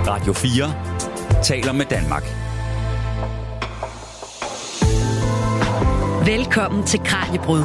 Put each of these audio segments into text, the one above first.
Radio 4 taler med Danmark. Velkommen til Kraniebrud.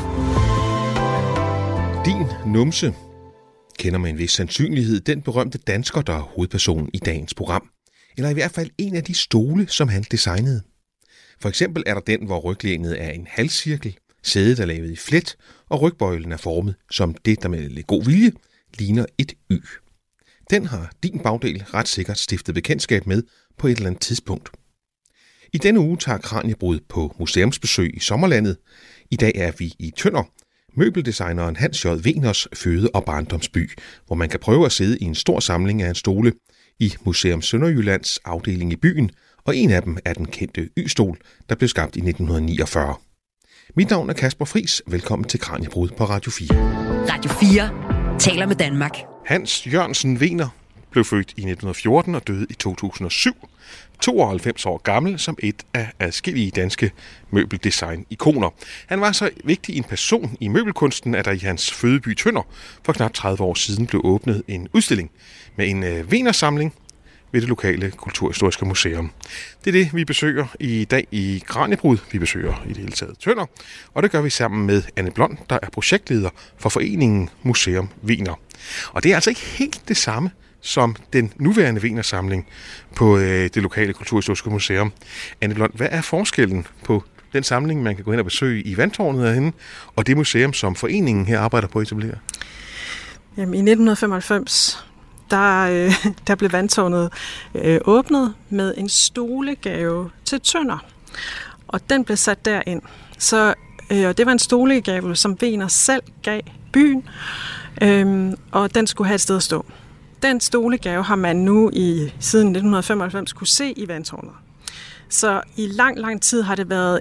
Din numse kender med en vis sandsynlighed den berømte dansker, der er hovedpersonen i dagens program. Eller i hvert fald en af de stole, som han designede. For eksempel er der den, hvor ryglænet er en halvcirkel, sædet er lavet i flet, og rygbøjlen er formet som det, der med lidt god vilje ligner et Y. Den har din bagdel ret sikkert stiftet bekendtskab med på et eller andet tidspunkt. I denne uge tager Kraniebrud på museumsbesøg i sommerlandet. I dag er vi i Tønder, møbeldesigneren Hans J. Wehners føde- og barndomsby, hvor man kan prøve at sidde i en stor samling af en stole i Museum Sønderjyllands afdeling i byen, og en af dem er den kendte Y-stol, der blev skabt i 1949. Mit navn er Kasper Friis. Velkommen til Kraniebrud på Radio 4. Radio 4 taler med Danmark. Hans Jørgensen Wehner blev født i 1914 og døde i 2007. 92 år gammel som et af adskillige danske møbeldesign-ikoner. Han var så vigtig en person i møbelkunsten, at der i hans fødeby Tønder for knap 30 år siden blev åbnet en udstilling med en Wehner-samling ved det lokale kulturhistoriske museum. Det er det, vi besøger i dag i Kraniebrud. Vi besøger i det hele taget Tønder, og det gør vi sammen med Anne Blond, der er projektleder for foreningen Museum Wehner. Og det er altså ikke helt det samme som den nuværende Wehner-samling på det lokale kulturhistoriske museum. Anne Blond, hvad er forskellen på den samling, man kan gå hen og besøge i Vandtårnet herhenne, og det museum, som foreningen her arbejder på at etablere? Jamen, i 1995 der blev Vandtårnet åbnet med en stolegave til Tønder, og den blev sat derind. Så det var en stolegave, som Wehner selv gav byen, og den skulle have et sted at stå. Den stolegave har man nu siden 1995 kunne se i Vandtårnet. Så i lang tid har det været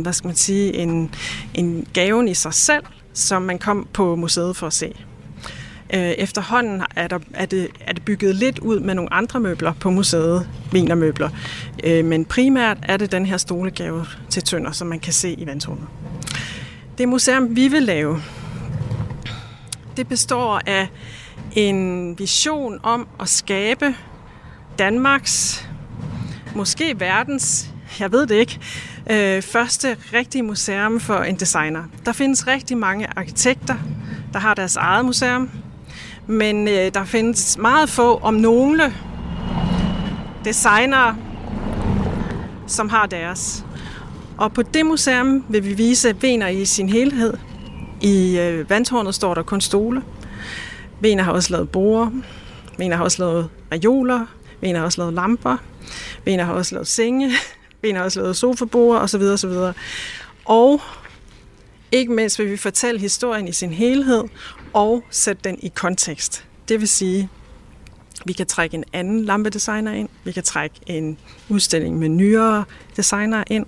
en gaven i sig selv, som man kom på museet for at se. Efterhånden er det bygget lidt ud med nogle andre møbler på museet, Wehner-møbler. Men primært er det den her stolegave til Tønder, som man kan se i Vandtårnet. Det museum, vi vil lave, det består af en vision om at skabe Danmarks, måske verdens, jeg ved det ikke, første rigtige museum for en designer. Der findes rigtig mange arkitekter, der har deres eget museum, men der findes meget få om nogle designere, som har deres. Og på det museum vil vi vise Wehner i sin helhed. I Vandtårnet står der kun stole. Wehner har også lavet borde, Wehner har også lavet reoler, Wehner har også lavet lamper, Wehner har også lavet senge, Wehner har også lavet sofaborde osv. osv. Og ikke mindst vil vi fortælle historien i sin helhed og sætte den i kontekst. Det vil sige, vi kan trække en anden lampedesigner ind, vi kan trække en udstilling med nyere designer ind.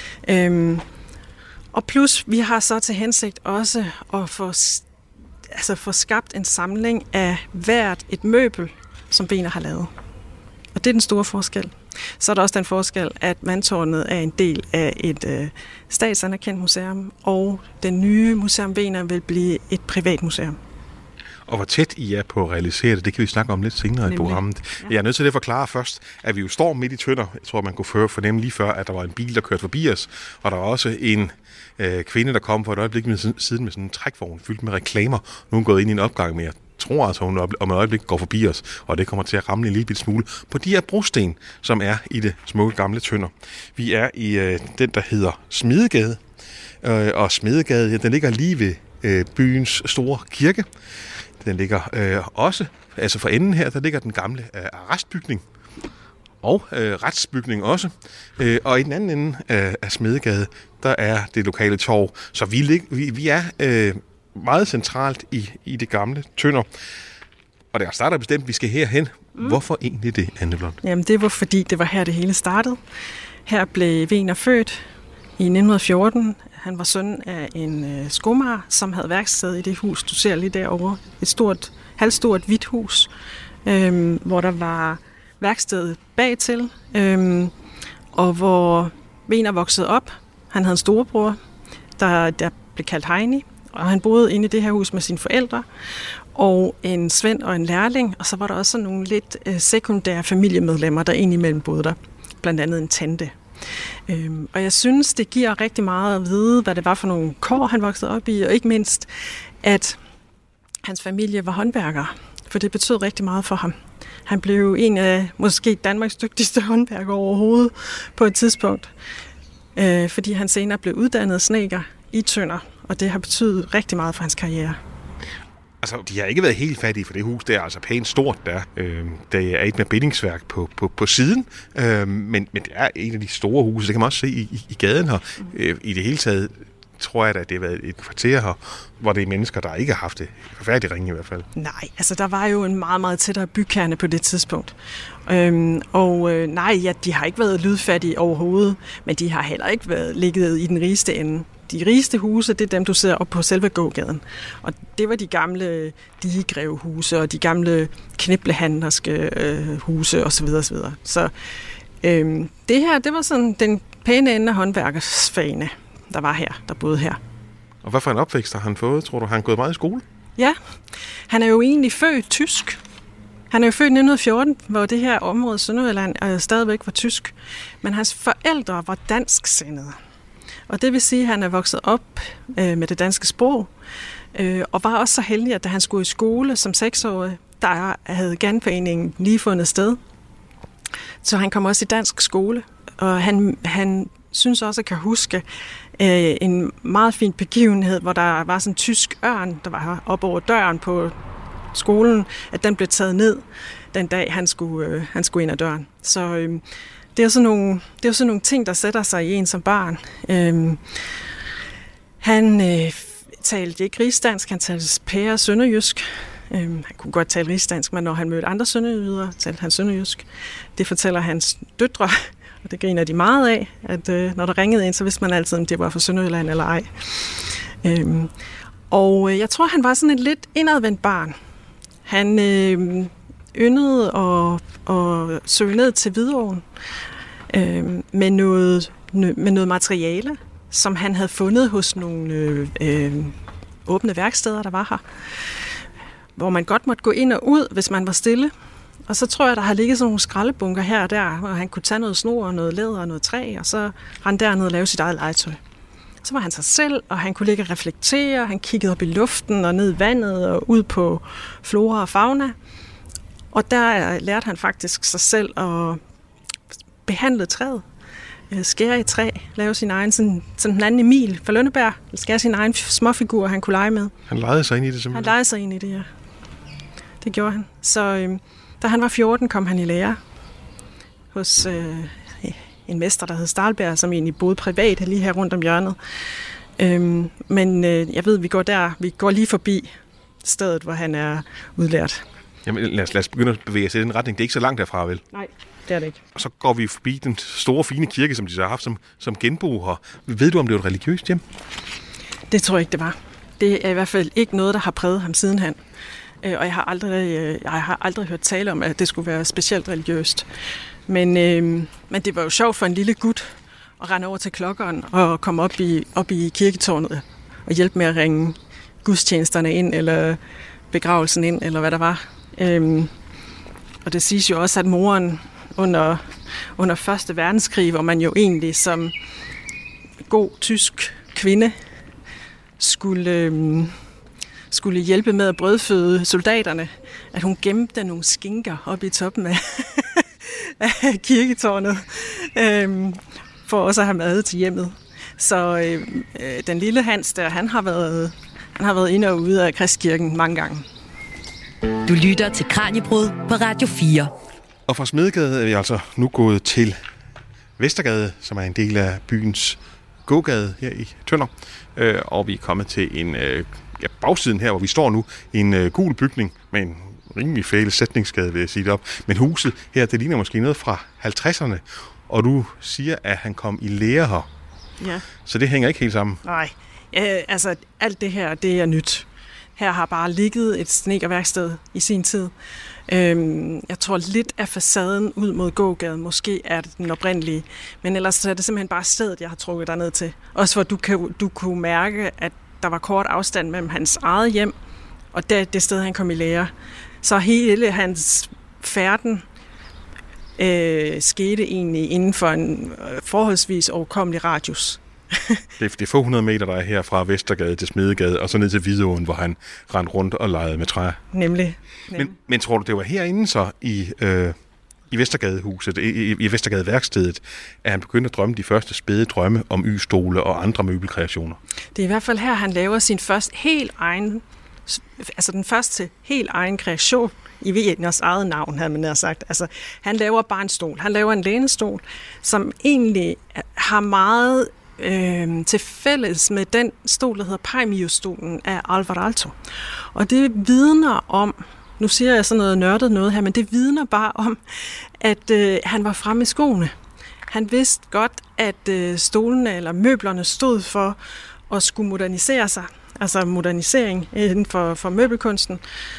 Og plus, vi har så til hensigt også at få skabt en samling af hvert et møbel, som Wehner har lavet. Og det er den store forskel. Så er der også den forskel, at Vandtårnet er en del af et statsanerkendt museum, og den nye Museum Wehner vil blive et privat museum. Og hvor tæt I er på at realisere det kan vi snakke om lidt senere i programmet. Ja. Jeg er nødt til at forklare først, at vi jo står midt i Tønder. Jeg tror, man kunne fornemme lige før, at der var en bil, der kørte forbi os, og der var også en kvinde, der kom for et øjeblik siden med sådan en trækvogn fyldt med reklamer. Nu er hun gået ind i en opgang med, jeg tror altså, hun om et øjeblik går forbi os, og det kommer til at ramme en lille smule på de her brosten, som er i det smukke gamle Tønder. Vi er i den, der hedder Smedegade, og Smedegade, den ligger lige ved byens store kirke. Den ligger også, altså for enden her, der ligger den gamle arrestbygning, og retsbygning også. Og i den anden ende af Smedegade, der er det lokale torv. Så vi er meget centralt i det gamle Tønder. Og der starter bestemt, at vi skal herhen. Hvorfor egentlig det, Anne Blond? Jamen det var fordi, det var her det hele startede. Her blev Wehner født i 1914. Han var søn af en skomager, som havde værksted i det hus, du ser lige derovre. Et halvstort hvidt hus, hvor der var værksted bagtil, og hvor Wehner voksede op. Han havde en storebror, der blev kaldt Heini, og han boede inde i det her hus med sine forældre. og en svend og en lærling, og så var der også nogle lidt sekundære familiemedlemmer, der indimellem boede der. Blandt andet en tante. Og jeg synes, det giver rigtig meget at vide, hvad det var for nogle kår, han voksede op i, og ikke mindst, at hans familie var håndværkere, for det betød rigtig meget for ham. Han blev en af måske Danmarks dygtigste håndværkere overhovedet på et tidspunkt, fordi han senere blev uddannet snedker i Tønder, og det har betydet rigtig meget for hans karriere. Altså, de har ikke været helt fattige, for det hus der er altså pænt stort der. Det er et med bindingsværk på siden, men det er en af de store huse. Det kan man også se i gaden her. I det hele taget tror jeg, at det har været et kvarter her, hvor det er mennesker, der ikke har haft det forfærdeligt ringe i hvert fald. Nej, altså der var jo en meget, meget tættere bykerne på det tidspunkt. De har ikke været lydfattige overhovedet, men de har heller ikke ligget i den rigeste ende. De rigeste huse, det er dem, du ser op på selve gågaden. Og det var de gamle digegrevehuse og de gamle kniblehandlerske huse osv. osv. Så det her, det var sådan den pæne ende af håndværkersfagene, der var her, der boede her. Og hvad for en opvækst har han fået, tror du? Har han gået meget i skole? Ja, han er jo egentlig født tysk. Han er jo født i 1914, hvor det her område, Sønderjylland, stadigvæk var tysk. Men hans forældre var dansksindede. Og det vil sige, at han er vokset op med det danske sprog, og var også så heldig, at da han skulle i skole som 6-årig, der havde Genforeningen lige fundet sted. Så han kom også i dansk skole, og han synes også, at kan huske en meget fin begivenhed, hvor der var sådan en tysk ørn, der var op over døren på skolen, at den blev taget ned den dag, han skulle ind ad døren. Så det er jo sådan nogle ting, der sætter sig i en som barn. Han talte ikke rigsdansk, han talte pære sønderjysk. Han kunne godt tale rigsdansk, men når han mødte andre sønderjyder, talte han sønderjysk. Det fortæller hans døtre, og det griner de meget af, at når der ringede ind, så vidste man altid, om det var fra Sønderjylland eller ej. Og jeg tror, han var sådan et lidt indadvendt barn. Han yndede at søge ned til Hvidovre med noget materiale, som han havde fundet hos nogle åbne værksteder, der var her, hvor man godt måtte gå ind og ud, hvis man var stille. Og så tror jeg, der har ligget sådan nogle skraldebunker her og der, hvor han kunne tage noget snor, noget læder og noget træ, og så rende derned og lave sit eget legetøj. Så var han sig selv, og han kunne ligge og reflektere, han kiggede op i luften og ned i vandet og ud på flora og fauna. Og der lærte han faktisk sig selv at behandle træet, skære i træ, lave sin egen, sådan den anden Emil fra Lønneberg, skære sin egen småfigur, han kunne lege med. Han legede sig ind i det simpelthen? Han legede sig ind i det, ja. Det gjorde han. Så da han var 14, kom han i lære hos en mester, der hed Stahlberg, som egentlig boede privat lige her rundt om hjørnet. Men jeg ved, vi går lige forbi stedet, hvor han er udlært. Jamen lad os begynde at bevæge os i den retning. Det er ikke så langt derfra, vel? Nej, det er det ikke. Og så går vi forbi den store, fine kirke, som de så har haft som genbo her. Ved du, om det var et religiøst hjem? Det tror jeg ikke, det var. Det er i hvert fald ikke noget, der har præget ham sidenhen. Og jeg har aldrig hørt tale om, at det skulle være specielt religiøst. Men det var jo sjovt for en lille gut at rende over til klokkeren og komme op i kirketårnet og hjælpe med at ringe gudstjenesterne ind, eller begravelsen ind, eller hvad der var. Og det siges jo også, at moren under 1. verdenskrig, hvor man jo egentlig som god tysk kvinde skulle hjælpe med at brødføde soldaterne, at hun gemte nogle skinker oppe i toppen af kirketårnet, for også at have mad til hjemmet. Så den lille Hans der, han har været inde og ude af Kristkirken mange gange. Du lytter til Kraniebrud på Radio 4. Og fra Smedegade er vi altså nu gået til Vestergade, som er en del af byens gågade her i Tønder. Og vi er kommet til en bagsiden her, hvor vi står nu, en gul bygning med en rimelig fæl sætningsskade, vil jeg sige det op. Men huset her, det ligner måske noget fra 50'erne, og du siger, at han kom i lære her. Ja. Så det hænger ikke helt sammen. Nej, altså alt det her, det er nyt. Her har bare ligget et snedkerværksted i sin tid. Jeg tror lidt af facaden ud mod gågaden, måske er det den oprindelige, men ellers er det simpelthen bare stedet, jeg har trukket dig ned til. Også hvor du kunne mærke, at der var kort afstand mellem hans eget hjem og det sted, han kom i lære. Så hele hans færden skete egentlig inden for en forholdsvis overkommelig radius. Det er få 100 meter, der er her fra Vestergade til Smedegade, og så ned til Hvidåen, hvor han rendte rundt og legede med træer. Nemlig. Men tror du, det var herinde så i Vestergadehuset, i Vestergadeværkstedet, at han begyndte at drømme de første spæde drømme om y-stole og andre møbelkreationer? Det er i hvert fald her, han laver sin den første helt egen kreation i Wegeners eget navn, havde man nær sagt. Altså, han laver bare en stol. Han laver en lænestol, som egentlig har meget til fælles med den stol, der hedder Paimius-stolen af Alvar Aalto. Og det vidner om, nu siger jeg sådan noget nørdet noget her, men det vidner bare om, at han var fremme i skoene. Han vidste godt, at stolene eller møblerne stod for at skulle modernisere sig, altså modernisering inden for møbelkunsten.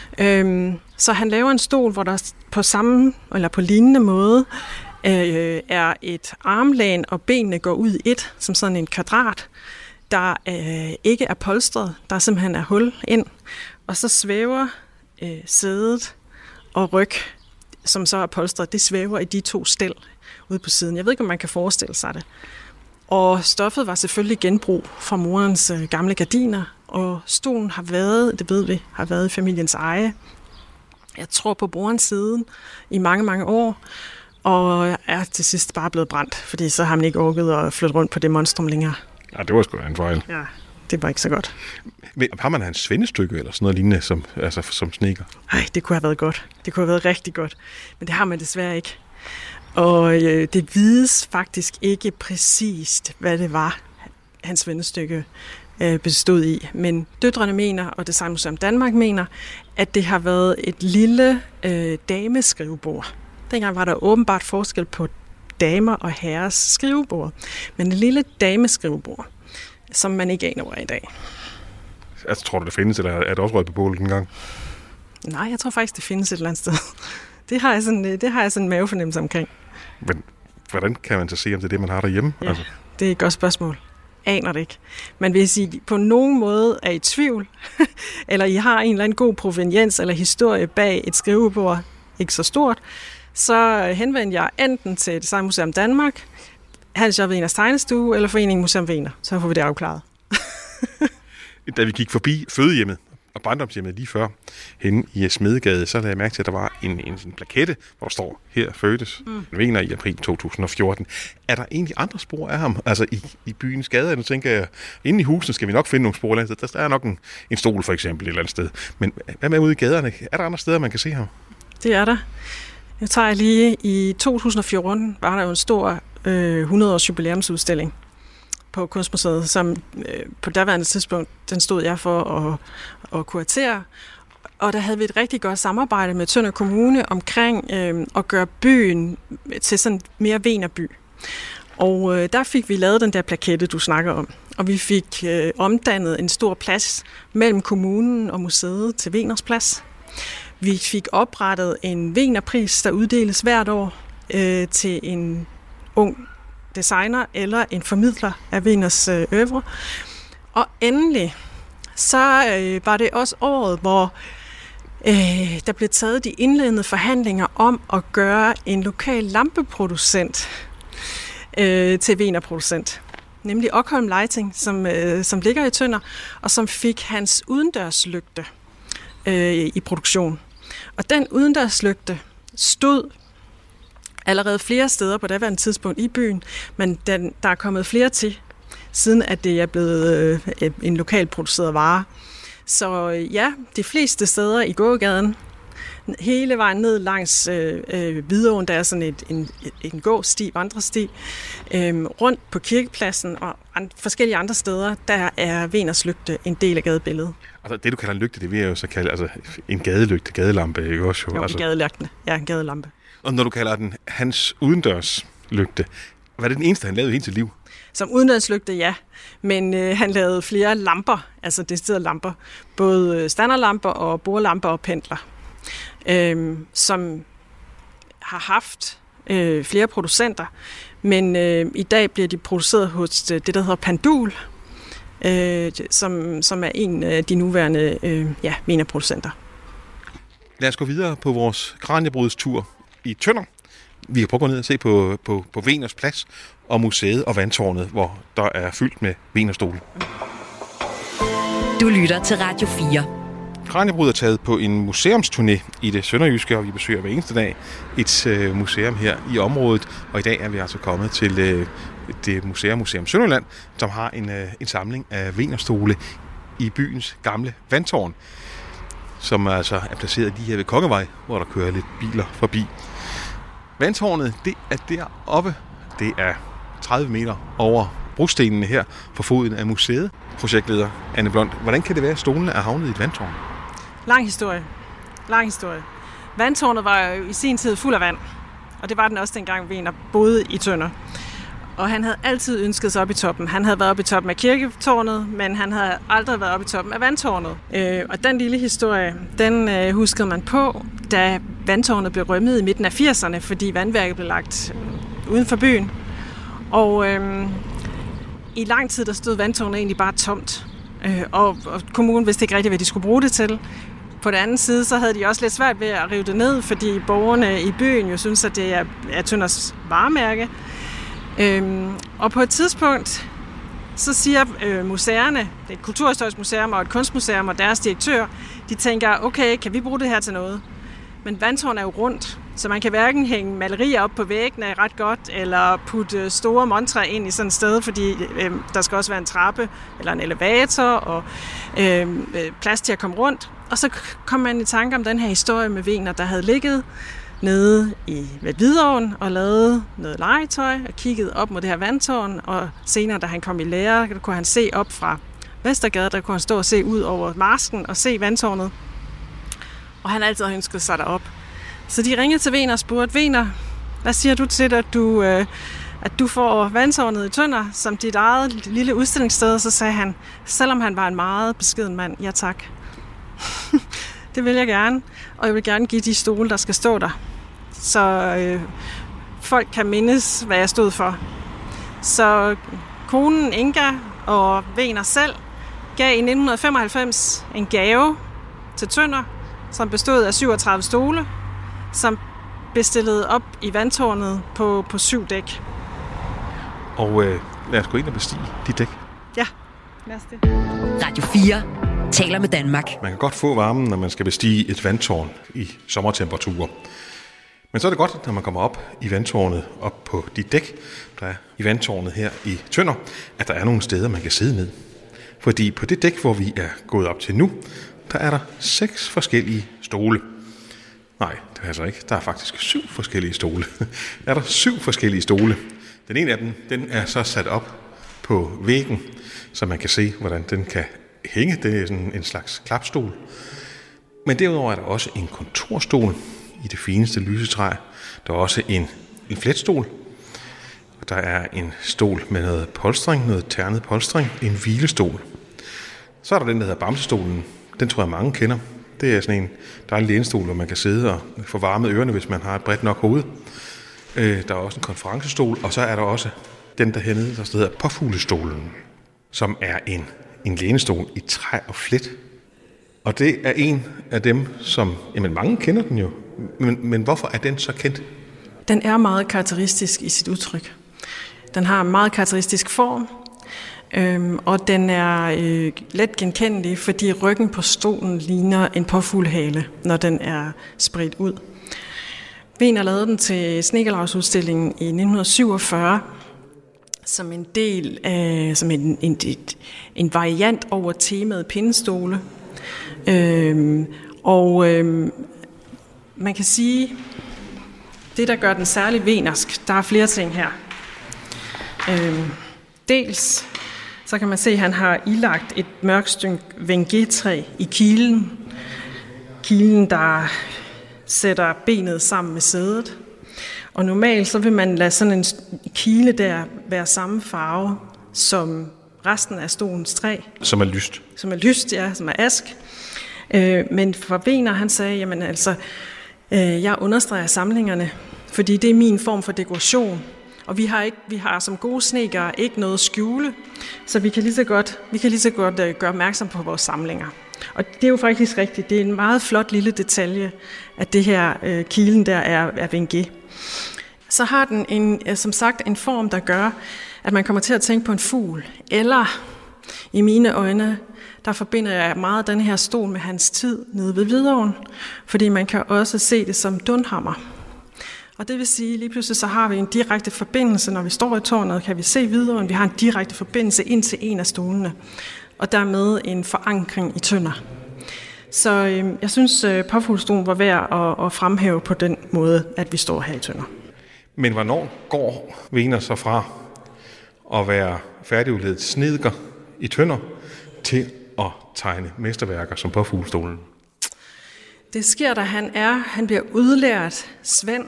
Så han laver en stol, hvor der på samme eller på lignende måde er et armlæn, og benene går ud i et, som sådan en kvadrat, der ikke er polstret. Der simpelthen er hul ind, og så svæver sædet og ryg, som så er polstret, det svæver i de to stel ude på siden. Jeg ved ikke, om man kan forestille sig det. Og stoffet var selvfølgelig genbrug fra morens gamle gardiner, og stolen har været, det ved vi, har været i familiens eje. Jeg tror på brorens side i mange, mange år, og er til sidst bare blevet brændt, fordi så har man ikke orket at flytte rundt på det monstrum længere. Ja, det var sgu en fejl. Ja, det var ikke så godt. Har man hans svendestykke eller sådan noget lignende som snedker? Nej, det kunne have været godt. Det kunne have været rigtig godt, men det har man desværre ikke. Og det vides faktisk ikke præcist, hvad det var, hans svendestykke bestod i. Men døtrene mener, og Designmuseum Danmark mener, at det har været et lille dameskrivebord. Dengang var der åbenbart forskel på damer og herres skrivebord. Men et lille dameskrivebord, som man ikke aner over i dag. Altså, tror du, det findes, eller er det også røget på bålet en gang? Nej, jeg tror faktisk, det findes et eller andet sted. Det har jeg sådan en mavefornemmelse omkring. Men hvordan kan man så se, om det er det, man har derhjemme? Ja, altså. Det er et godt spørgsmål. Aner det ikke. Men hvis I på nogen måde er i tvivl, eller I har en eller anden god proveniens eller historie bag et skrivebord, ikke så stort, så henvend jer enten til Designmuseum Danmark, Hans J. Wegeners Tegnestue eller Foreningen Museum Wegener. Så får vi det afklaret. Da vi gik forbi fødehjemmet og barndomshjemmet lige før, henne i Smedegade, så lagde jeg mærke til, at der var en plakette, hvor der står, her fødtes Wegener i april 2014. Er der egentlig andre spor af ham, altså i byens gader? Nu tænker jeg, inde i husene skal vi nok finde nogle spor. Der er nok en stol for eksempel et eller andet sted. Men hvad med ude i gaderne? Er der andre steder, man kan se ham? Det er der. Jeg tager lige i 2014, var der jo en stor 100-års jubilæumsudstilling på Kunstmuseet, som på daværende tidspunkt, den stod jeg for at kuratere. Og der havde vi et rigtig godt samarbejde med Tønder Kommune omkring at gøre byen til sådan mere Wegenerby. Og der fik vi lavet den der plakette, du snakker om. Og vi fik omdannet en stor plads mellem kommunen og museet til Wegeners Plads. Vi fik oprettet en Wegenerpris, der uddeles hvert år til en ung designer eller en formidler af Wegeners oeuvre. Og endelig, så var det også året, hvor der blev taget de indledende forhandlinger om at gøre en lokal lampeproducent til Wegener-producent. Nemlig Okholm Lighting, som ligger i Tønder, og som fik hans udendørslygte i produktion. Og den udendørslygte stod allerede flere steder på daværende tidspunkt i byen, men der er kommet flere til, siden at det er blevet en lokalt produceret vare. Så ja, de fleste steder i gågaden, hele vejen ned langs Hvidåen, der er sådan en gåsti, vandresti, rundt på Kirkepladsen og forskellige andre steder, der er Wegeners lygte en del af gadebilledet. Altså det, du kalder en lygte, det vil jeg jo så kalde altså, en gadelygte, gadelampe, ikke også? Jo, altså. En gadelygte. Ja, en gadelampe. Og når du kalder den hans udendørslygte, var det den eneste, han lavede hele sit liv? Som udendørslygte, ja. Men han lavede flere lamper, altså deciderede lamper. Både standardlamper og bordlamper og pendler. Som har haft flere producenter. Men i dag bliver de produceret hos det, der hedder Pandul, som er en af de nuværende wienerproducenter. Lad os gå videre på vores Kraniebrudestur i Tønder. Vi kan prøve at gå ned og se på Wehners Plads og museet og vandtårnet, hvor der er fyldt med wienerstole. Du lytter til Radio 4. Kraniebrud er taget på en museumsturné i det sønderjyske, og vi besøger hver eneste dag et museum her i området. Og i dag er vi altså kommet til det Museum Sønderjylland, som har en samling af wienerstole i byens gamle vandtårn, som altså er placeret lige her ved Kongevej, hvor der kører lidt biler forbi. Vandtårnet, det er deroppe. Det er 30 meter over brostenene her på foden af museet. Projektleder Anne Blond, hvordan kan det være, at stolene er havnet i et vandtårn? Lang historie. Vandtårnet var jo i sin tid fuld af vand, og det var den også dengang Wiener boede i Tønder. Og han havde altid ønsket sig op i toppen. Han havde været oppe i toppen af kirketårnet, men han havde aldrig været oppe i toppen af vandtårnet. Og den lille historie, den huskede man på, da vandtårnet blev rømmet i midten af 80'erne, fordi vandværket blev lagt uden for byen. Og i lang tid der stod vandtårnet egentlig bare tomt. Og kommunen vidste ikke rigtig, hvad de skulle bruge det til. På den anden side, så havde de også lidt svært ved at rive det ned, fordi borgerne i byen jo synes, at det er Tønders varemærke. Og på et tidspunkt, så siger museerne, det er et kulturhistorisk museum og et kunstmuseum og deres direktør, de tænker, okay, kan vi bruge det her til noget? Men vandtårnet er jo rundt, så man kan hverken hænge malerier op på væggene ret godt, eller putte store montrer ind i sådan et sted, fordi der skal også være en trappe eller en elevator og plads til at komme rundt. Og så kom man i tanke om den her historie med Wiener, der havde ligget nede ved Hvidovre og lavet noget legetøj og kiggede op mod det her vandtårn. Og senere, da han kom i lære, der kunne han se op fra Vestergade, der kunne han stå og se ud over marsken og se vandtårnet. Og han altid ønskede sig derop. Så de ringede til Wiener og spurgte, Wiener, hvad siger du til, at du får vandtårnet i Tønder som dit eget lille udstillingssted? Så sagde han, selvom han var en meget beskeden mand, ja tak. Det vil jeg gerne, og jeg vil gerne give de stole, der skal stå der. Så folk kan mindes, hvad jeg stod for. Så konen Inga og Wiener selv gav i 1995 en gave til Tønder, som bestod af 37 stole, som blev stillet op i vandtårnet på 7 dæk. Og lad os gå ind og bestige de dæk. Ja, lad os det. Radio 4 taler med Danmark. Man kan godt få varmen, når man skal bestige et vandtårn i sommertemperaturer. Men så er det godt, når man kommer op i vandtårnet, op på de dæk, der er i vandtårnet her i Tønder, at der er nogle steder, man kan sidde ned. Fordi på det dæk, hvor vi er gået op til nu, der er der 6 forskellige stole. Nej, det er altså ikke. Der er faktisk 7 forskellige stole. Der er der 7 forskellige stole. Den ene af dem, den er så sat op på væggen, så man kan se, hvordan den kan hænge. Det er sådan en slags klapstol. Men derudover er der også en kontorstol i det fineste lysetræ. Der er også en fletstol. Der er en stol med noget polstring, noget ternet polstring, en hvilestol. Så er der den, der hedder bamsestolen. Den tror jeg mange kender. Det er sådan en dejlig lænestol, hvor man kan sidde og få varmet ørerne, hvis man har et bredt nok hoved. Der er også en konferencestol, og så er der også den der hernede, der hedder påfuglestolen, som er en lænestol i træ og flet. Og det er en af dem, som... Jamen, mange kender den jo. Men hvorfor er den så kendt? Den er meget karakteristisk i sit udtryk. Den har en meget karakteristisk form, og den er let genkendelig, fordi ryggen på stolen ligner en påfuglehale, når den er spredt ud. Wiener lavede den til Snegelavsudstillingen i 1947, som en del af, som en variant over temaet pindestole. Man kan sige, det der gør den særlig wienersk, der er flere ting her. Dels så kan man se, at han har ilagt et mørkstynk vengé-træ i kilen. Kilen, der sætter benet sammen med sædet. Og normalt så vil man lade sådan en kile der være samme farve som resten af stolens træ. Som er lyst. Som er lyst, ja, som er ask. Men for Wiener, han sagde, jamen altså, jeg understreger samlingerne, fordi det er min form for dekoration. Og vi har som gode snedkere ikke noget at skjule, så vi kan lige så godt gøre opmærksom på vores samlinger. Og det er jo faktisk rigtigt. Det er en meget flot lille detalje, at det her kilen der er Vingé. Så har den som sagt en form, der gør, at man kommer til at tænke på en fugl. Eller i mine øjne, der forbinder jeg meget den her stol med hans tid nede ved Hvidovre, fordi man kan også se det som Dunhammer. Og det vil sige, lige pludselig så har vi en direkte forbindelse, når vi står i tårnet, kan vi se Hvidovre, vi har en direkte forbindelse ind til en af stolene, og dermed en forankring i Tønder. Så jeg synes, Påfuglestolen var værd at fremhæve på den måde, at vi står her i Tønder. Men hvornår går Wegener så fra at være færdigudledet snedker i Tønder til at tegne mesterværker som Påfuglestolen? Det sker, da han bliver udlært svend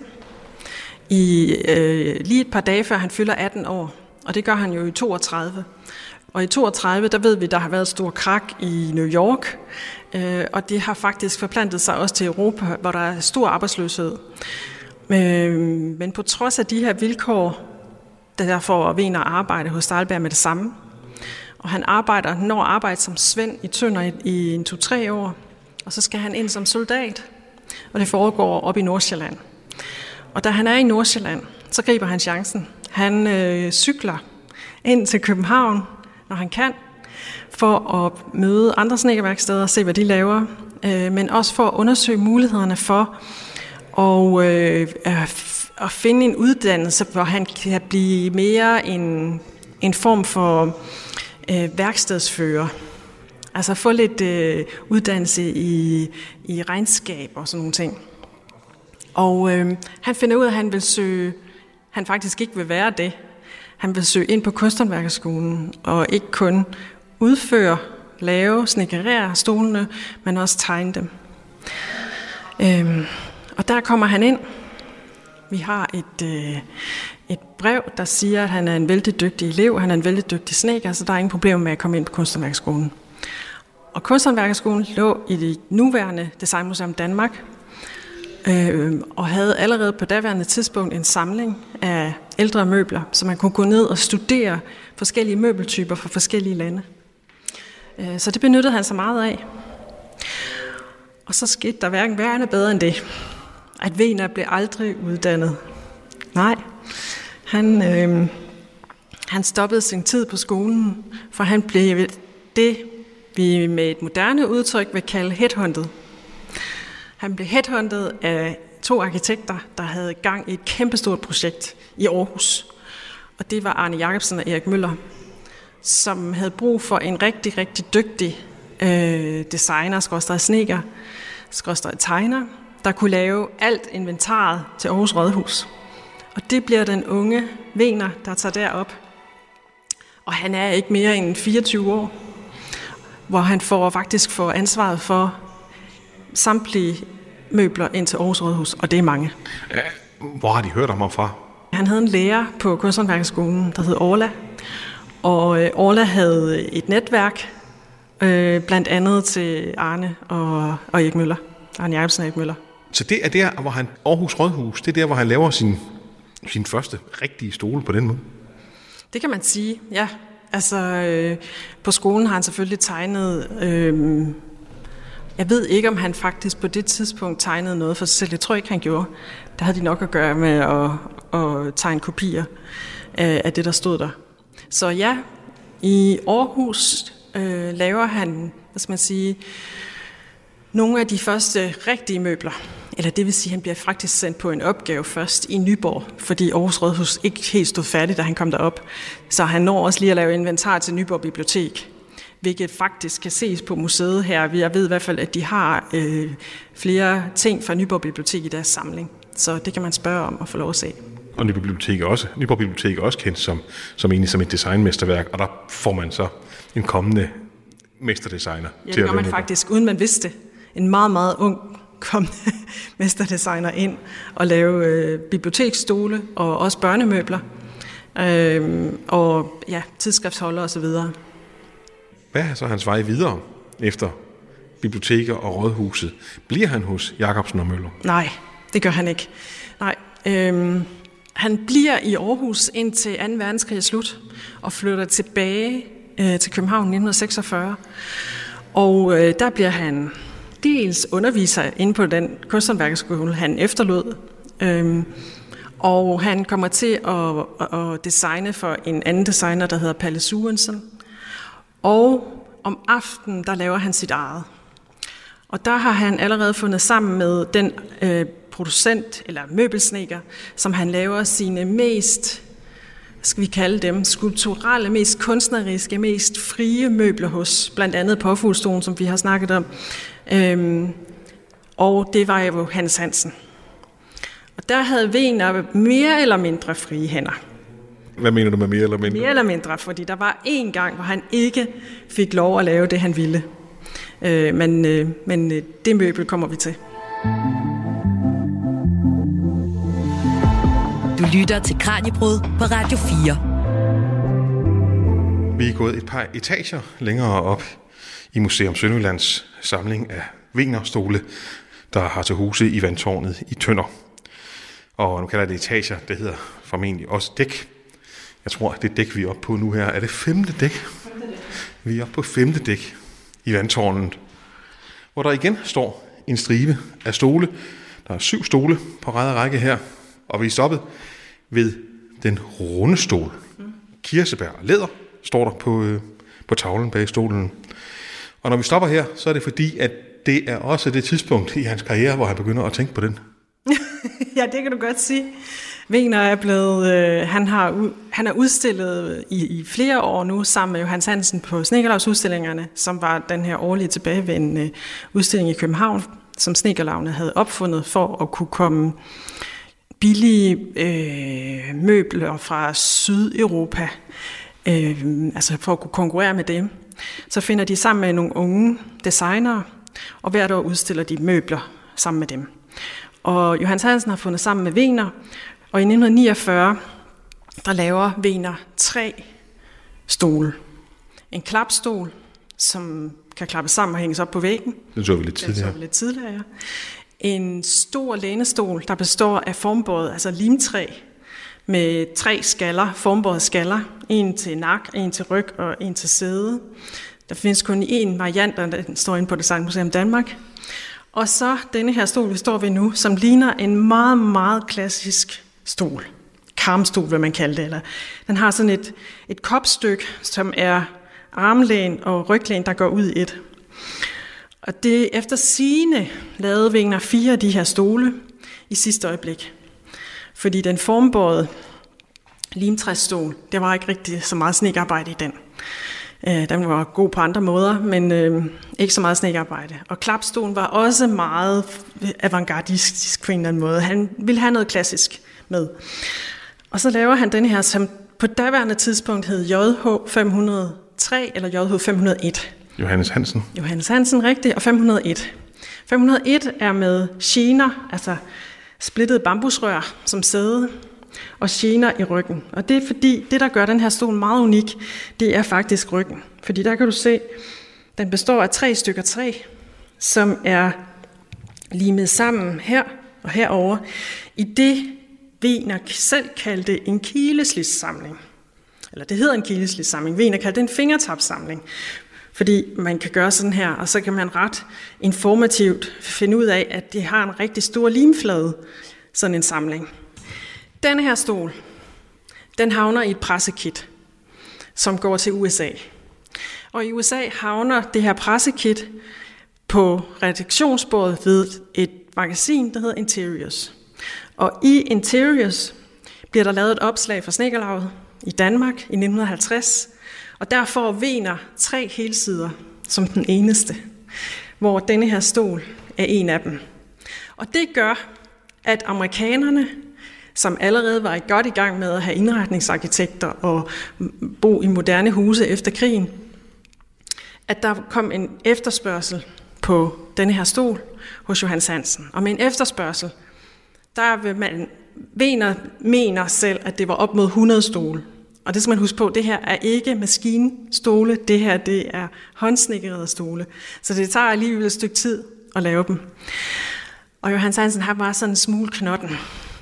lige et par dage før han fylder 18 år. Og det gør han jo i 32. Og i 32, der ved vi, der har været et stort krak i New York, og det har faktisk forplantet sig også til Europa, hvor der er stor arbejdsløshed. Men på trods af de her vilkår, der får Wegener arbejde hos Stejlberg med det samme. Og han når arbejde som svend i Tønder i 2-3 år, og så skal han ind som soldat, og det foregår op i Nordsjælland. Og da han er i Nordsjælland, så griber han chancen. Han cykler ind til København, når han kan, for at møde andre snedkerværksteder og se, hvad de laver, men også for at undersøge mulighederne for at finde en uddannelse, hvor han kan blive mere en form for værkstedsfører. Altså få lidt uddannelse i regnskab og sådan nogle ting. Og han finder ud af, at han faktisk ikke vil være det. Han vil søge ind på Kunsthåndværkerskolen og ikke kun snedkerere stolene, men også tegne dem. Og der kommer han ind. Vi har et brev, der siger, at han er en vældig dygtig elev, han er en vældig dygtig snedker, så der er ingen problem med at komme ind på Kunsthåndværkerskolen. Og Kunsthåndværkerskolen lå i det nuværende Designmuseum Danmark, og havde allerede på daværende tidspunkt en samling af ældre møbler, så man kunne gå ned og studere forskellige møbeltyper fra forskellige lande. Så det benyttede han sig meget af. Og så skete der hverken værre eller bedre end det, at Wegener blev aldrig uddannet. Nej, han stoppede sin tid på skolen, for han blev det, vi med et moderne udtryk vil kalde headhunted. Han blev headhunted af 2 arkitekter, der havde gang i et kæmpestort projekt i Aarhus. Og det var Arne Jacobsen og Erik Møller, som havde brug for en rigtig, rigtig dygtig designer, /snedker, /tegner, der kunne lave alt inventaret til Aarhus Rådhus. Og det bliver den unge Wegener, der tager derop. Og han er ikke mere end 24 år, hvor han faktisk får ansvaret for samtlige møbler ind til Aarhus Rådhus, og det er mange. Hvor har de hørt om ham fra? Han havde en lærer på Kunsthåndværkerskolen, der hed Orla, og Orla havde et netværk, blandt andet til Arne og Erik Møller. Arne Jacobsen og Erik Møller. Så det er der, hvor Aarhus Rådhus, det er der, hvor han laver sin første rigtige stole på den måde? Det kan man sige, ja. Altså, på skolen har han selvfølgelig tegnet... jeg ved ikke, om han faktisk på det tidspunkt tegnede noget for sig selv. Det tror jeg ikke, han gjorde. Der havde de nok at gøre med at tegne kopier af det, der stod der. Så ja, i Aarhus laver han, nogle af de første rigtige møbler. Eller det vil sige, at han bliver faktisk sendt på en opgave først i Nyborg, fordi Aarhus Rådhus ikke helt stod færdigt, da han kom derop. Så han når også lige at lave inventar til Nyborg Bibliotek, hvilket faktisk kan ses på museet her. Jeg ved i hvert fald, at de har flere ting fra Nyborg Bibliotek i deres samling. Så det kan man spørge om og få lov at se. Og Nyborg Bibliotek er også kendt som et designmesterværk, og der får man så en kommende mesterdesigner. Ja, det gør man faktisk, uden man vidste. En meget, meget ung kommende mesterdesigner ind og lave biblioteksstole og også børnemøbler og ja, tidsskriftsholder osv. Hvad er så hans vej videre efter biblioteker og rådhuset? Bliver han hos Jacobsen og Møller? Nej, det gør han ikke. Nej, Han bliver i Aarhus indtil 2. verdenskrig er slut, og flytter tilbage til København i 1946. Og der bliver han dels underviser inde på den kunsthåndværkerskole, han efterlod. Og han kommer til at designe for en anden designer, der hedder Palle Surensen. Og om aftenen, der laver han sit eget. Og der har han allerede fundet sammen med den producent, eller møbelsnedker, som han laver sine mest, skal vi kalde dem, skulpturelle, mest kunstneriske, mest frie møbler hos, blandt andet Påfuglstolen, som vi har snakket om. Og det var jo Hans Hansen. Og der havde Wegener mere eller mindre frie hænder. Hvad mener du med mere eller mindre? Mere eller mindre, fordi der var en gang, hvor han ikke fik lov at lave det, han ville. Men det møbel kommer vi til. Du lytter til Kraniebrud på Radio 4. Vi er gået et par etager længere op i Museum Sønderjyllands samling af Wegener-stole, der har til huse i Vandtårnet i Tønder. Og nu kalder det etager, det hedder formentlig også dæk. Jeg tror, det dæk, vi er oppe på nu her, er det 5. dæk? Vi er oppe på 5. dæk i Vandtårnet, hvor der igen står en stribe af stole. Der er 7 stole på række og række her, og vi er stoppet ved den runde stol. Kirsebær og læder står der på tavlen bag stolen. Og når vi stopper her, så er det fordi, at det er også det tidspunkt i hans karriere, hvor han begynder at tænke på den. Ja, det kan du godt sige. Wegener er blevet, han har udstillet i flere år nu sammen med Johannes Hansen på Snedkerlavsudstillingerne, som var den her årlige tilbagevendende udstilling i København, som Snedkerlavene havde opfundet for at kunne komme billige møbler fra Sydeuropa, altså for at kunne konkurrere med dem. Så finder de sammen med nogle unge designere, og hvert år udstiller de møbler sammen med dem. Og Johannes Hansen har fundet sammen med Wegener, og i 1949, der laver Wegener 3 stole. En klapstol, som kan klappes sammen og hænges op på væggen. Den så vi lidt tidligere. Ja. En stor lænestol, der består af formbåret, altså limtræ, med 3 skaller, formbårede skaller. En til nak, en til ryg og en til sæde. Der findes kun én variant, og den står inde på Designmuseum Danmark. Og så denne her stol, vi står ved nu, som ligner en meget, meget klassisk stol. Karmstol, vil man kalde det. Eller den har sådan et kopstykke, som er armlæn og ryglæn, der går ud i et. Og det efter sigende lavede Wegener 4 af de her stole i sidste øjeblik. Fordi den formbårede limtræsstol, det var ikke rigtig så meget snedkerarbejde i den. Den var god på andre måder, men ikke så meget snedkerarbejde. Og klapstolen var også meget avantgardistisk på en eller anden måde. Han ville have noget klassisk med. Og så laver han den her, som på daværende tidspunkt hed JH 503 eller JH 501. Johannes Hansen. Johannes Hansen, rigtigt, og 501. 501 er med gener, altså splittet bambusrør som sæde, og gener i ryggen. Og det er fordi, det der gør den her stol meget unik, det er faktisk ryggen. Fordi der kan du se, den består af 3 stykker træ, som er limet sammen her og herover i det, Wegener selv kaldte en kileslidsamling. Eller det hedder en kileslidsamling. Wegener kaldte det en fingertapssamling. Fordi man kan gøre sådan her, og så kan man ret informativt finde ud af, at det har en rigtig stor limflade, sådan en samling. Denne her stol, den havner i et pressekit, som går til USA. Og i USA havner det her pressekit på redaktionsbordet ved et magasin, der hedder Interiors. Og i Interiors bliver der lavet et opslag for Snedkerlavet i Danmark i 1950, og der får Wegener 3 helsider som den eneste, hvor denne her stol er en af dem. Og det gør, at amerikanerne, som allerede var godt i gang med at have indretningsarkitekter og bo i moderne huse efter krigen, at der kom en efterspørgsel på denne her stol hos Johannes Hansen. Og med en efterspørgsel, der vil Wegener mener selv, at det var op mod 100 stole. Og det skal man huske på, det her er ikke maskinstole, det her det er håndsnekkerede stole. Så det tager alligevel et stykke tid at lave dem. Og Johannes Hansen har bare sådan en smule knotten,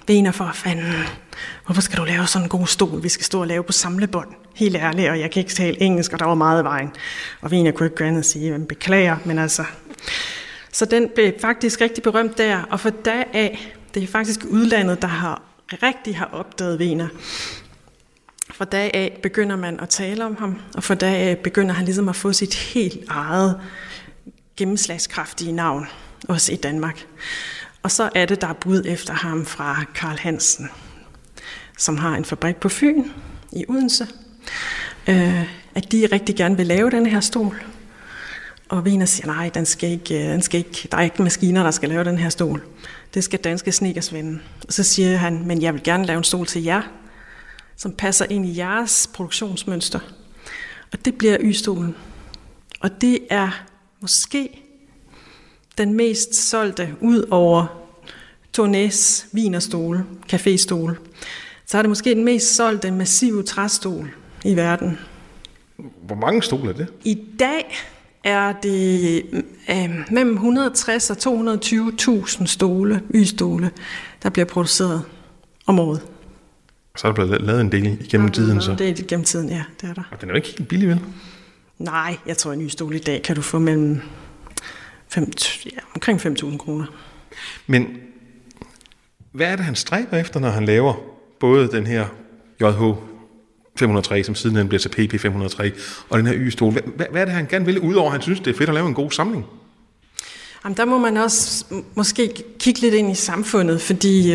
Wiener, for fanden, hvorfor skal du lave sådan en god stol? Vi skal stå og lave på samlebånd. Helt ærligt, og jeg kan ikke tale engelsk, og der var meget i vejen. Og Wiener kunne ikke gå andet og sige, beklager, men altså... Så den blev faktisk rigtig berømt der, og for dag af, det er faktisk udlandet, der har opdaget Wiener. Fra dag af begynder man at tale om ham, og fra dag af begynder han ligesom at få sit helt eget gennemslagskraftige navn, også i Danmark. Og så er det, der er bud efter ham fra Carl Hansen, som har en fabrik på Fyn i Odense, at de rigtig gerne vil lave den her stol. Og Wiener siger, nej, den skal ikke, der er ikke maskiner, der skal lave den her stol. Det skal danske snedkersvende. Og så siger han, men jeg vil gerne lave en stol til jer, som passer ind i jeres produktionsmønster. Og det bliver Y-stolen. Og det er måske den mest solgte ud over Tournés Wienerstole, caféstole. Så er det måske den mest solgte massive træstol i verden. Hvor mange stole er det? I dag er det mellem 160 og 220.000 stole, Y-stole, der bliver produceret om året. Så er der blevet lavet en del igennem tiden, så? Det er igennem tiden, ja, det er der. Og den er jo ikke helt billig, vel? Nej, jeg tror, en Y-stol i dag kan du få mellem omkring 5.000 kroner. Men hvad er det, han stræber efter, når han laver både den her JH 503, som siden bliver til PP 503, og den her Y-stol? Hvad er det, han gerne vil, udover at han synes, det er fedt at lave en god samling? Jamen, der må man også måske kigge lidt ind i samfundet, fordi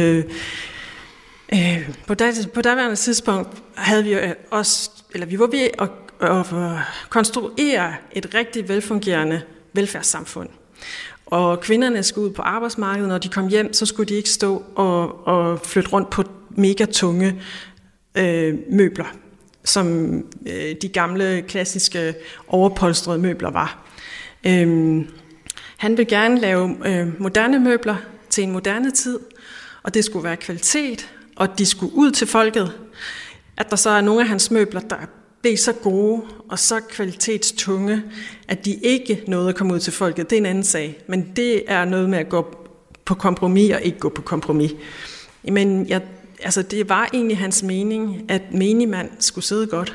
på daværende tidspunkt havde vi også, eller vi var ved at konstruere et rigtig velfungerende velfærdssamfund. Og kvinderne skulle ud på arbejdsmarkedet, når de kom hjem, så skulle de ikke stå og flytte rundt på mega tunge møbler, som de gamle, klassiske, overpolstrede møbler var. Han vil gerne lave moderne møbler til en moderne tid, og det skulle være kvalitet, og de skulle ud til folket. At der så er nogle af hans møbler, der blev så gode og så kvalitetstunge, at de ikke nåede at komme ud til folket. Det er en anden sag, men det er noget med at gå på kompromis og ikke gå på kompromis. Men det var egentlig hans mening, at menigmand skulle sidde godt.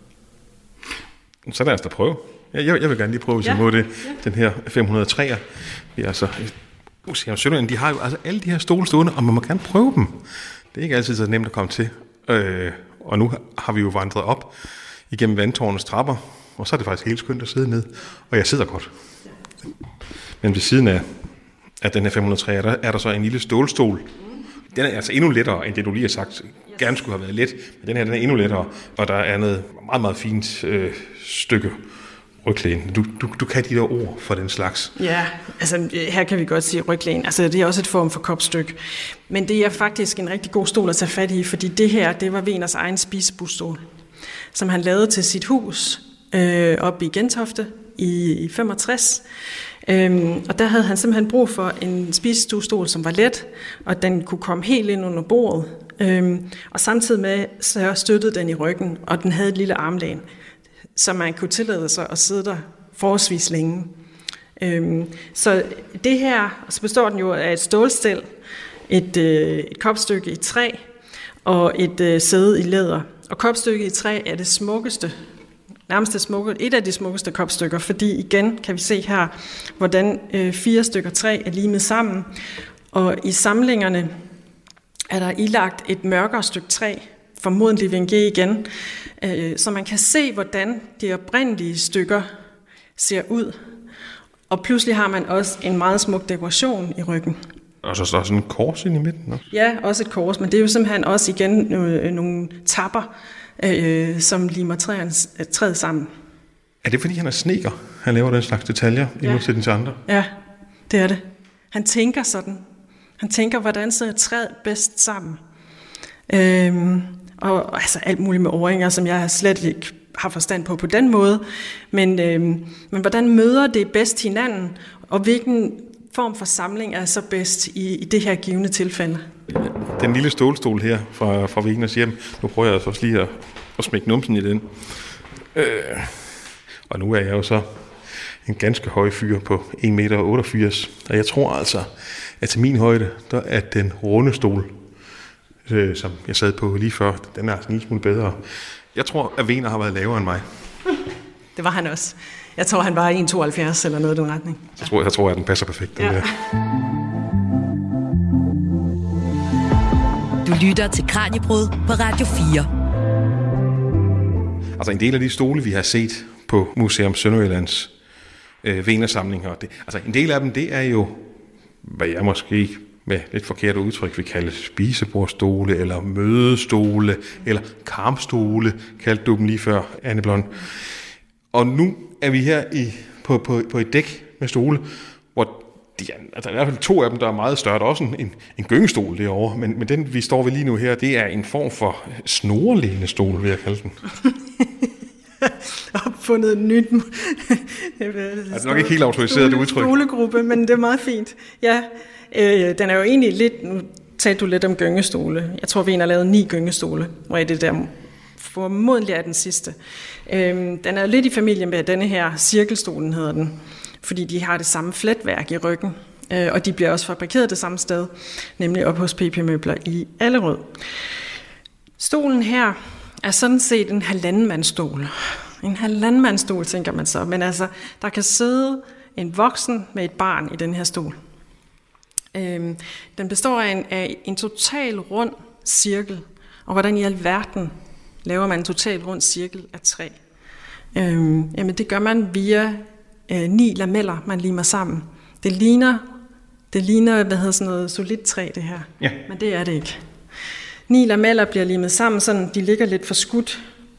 Så lad os da prøve. Jeg vil gerne lige prøve, hvis jeg må det. Den her 503'er. Vi er altså... Sønderjylland, de har jo altså alle de her stole stående, og man må gerne prøve dem. Det er ikke altid så nemt at komme til. Og nu har vi jo vandret op igennem vandtårnets trapper, og så er det faktisk helt skønt at sidde ned. Og jeg sidder godt. Men ved siden af den her 503, er der så en lille stålstol. Den er altså endnu lettere, end det du lige har sagt. Gerne skulle have været let, men den her den er endnu lettere, og der er noget meget, meget fint stykke ryglæn. Du kan de der ord for den slags. Ja, altså her kan vi godt sige ryglæn. Altså det er også et form for kopstykke. Men det er faktisk en rigtig god stol at tage fat i, fordi det var Wieners egen spisebusstol, som han lavede til sit hus oppe i Gentofte i 65. Og der havde han simpelthen brug for en spisestuestol, som var let, og den kunne komme helt ind under bordet. Og samtidig med, så støttede den i ryggen, og den havde et lille armlæn, så man kunne tillade sig at sidde der forholdsvis længe. Så det her, så består den jo af et stålstel, et kopstykke i træ og et sæde i læder. Og kopstykket i træ er det smukkeste, et af de smukkeste kopstykker, fordi igen kan vi se her, hvordan 4 stykker træ er limet sammen. Og i samlingerne er der ilagt et mørkere stykke træ, formodentlig VNG igen, så man kan se, hvordan de oprindelige stykker ser ud. Og pludselig har man også en meget smuk dekoration i ryggen. Og så står sådan en kors ind i midten også? Ja, også et kors, men det er jo simpelthen også igen nogle tapper, som limer træet sammen. Er det fordi han er snedker, han laver den slags detaljer i modsætning til andre? Ja, det er det. Han tænker sådan. Han tænker, hvordan sidder træet bedst sammen. Og altså alt muligt med årringer, som jeg slet ikke har forstand på den måde. Men hvordan møder det bedst hinanden, og hvilken form for samling er så bedst i det her givne tilfælde? Den lille stålstol her fra Wieners hjem, nu prøver jeg også lige at smække numsen i den. Og nu er jeg jo så en ganske høj fyr på 1,88 meter, og jeg tror altså, at til min højde, der er den runde stol som jeg sad på lige før, den er altså en lille smule bedre. Jeg tror, at Wegner har været lavere end mig. Det var han også. Jeg tror, han var 1,72 eller noget i den retning. Jeg tror, at den passer perfekt. Den der. Du lytter til Kraniebrud på Radio 4. Altså en del af de stole, vi har set på Museum Sønderjyllands Wegner-samlinger, altså en del af dem, det er jo, hvad jeg måske med lidt forkert udtryk vil kalde spisebordstole, eller mødestole, eller karmstole, kaldte du dem lige før, Anne Blond. Og nu er vi her på et dæk med stole, hvor der er i hvert fald 2 af dem, der er meget større. Der er også en gyngestol derovre, men den, vi står ved lige nu her, det er en form for snorelænestol, vil jeg kalde den. Opfundet et nyt... Det er nok ikke helt autoriseret, det udtryk. Stolegruppe, men det er meget fint. Ja, den er jo egentlig lidt... Nu talte du lidt om gyngestole. Jeg tror, Wegner lavede 9 gyngestole, hvor det der formodentlig er den sidste. Den er jo lidt i familie med denne her cirkelstolen, hedder den, fordi de har det samme fletværk i ryggen, og de bliver også fabrikeret det samme sted, nemlig op hos PP Møbler i Allerød. Stolen her er sådan set en halvandenmandsstol. En halvandenmandsstol, tænker man så, men altså, der kan sidde en voksen med et barn i den her stol. Den består af en total rund cirkel, og hvordan i alverden laver man en total rund cirkel af træ? Jamen det gør man via 9 lameller, man limer sammen. Det ligner sådan noget solidt træ, det her. Ja. Men det er det ikke. 9 lameller bliver limet sammen, sådan de ligger lidt forskudt